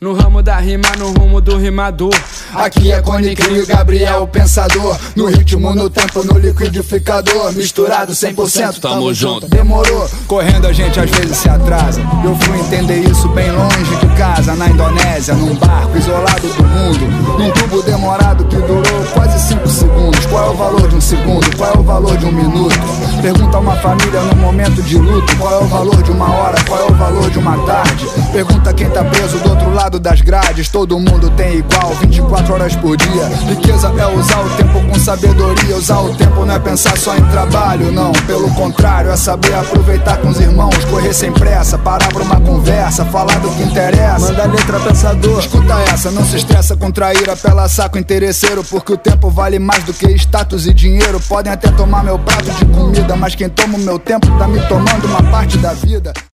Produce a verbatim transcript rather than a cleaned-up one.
No ramo da rima, no rumo do rimador. Aqui é Cone-Crio e Gabriel o Pensador. No ritmo, no tempo, no liquidificador. Misturado cem por cento, tamo junto. Demorou, correndo a gente às vezes se atrasa. Eu fui entender isso bem longe de casa, na Indonésia, num barco isolado do mundo, num tubo demorado que durou quase cinco segundos. Qual é o valor de um segundo? Qual é o valor de um minuto? Pergunta a uma família num momento de luto. Qual é o valor de uma hora? Qual é o valor de uma tarde? Pergunta quem tá preso do outro lado das grades. Todo mundo tem igual, vinte e quatro horas por dia. Riqueza é usar o tempo com sabedoria. Usar o tempo não é pensar só em trabalho, não. Pelo contrário, é saber aproveitar com os irmãos. Correr sem pressa, parar pra uma conversa, falar do que interessa. Manda a letra, pensador. Escuta essa, não se estressa com traíra pela saco interesseiro, porque o tempo vale mais do que status e dinheiro. Podem até tomar meu prato de comida, mas quem toma o meu tempo tá me tomando uma parte da vida.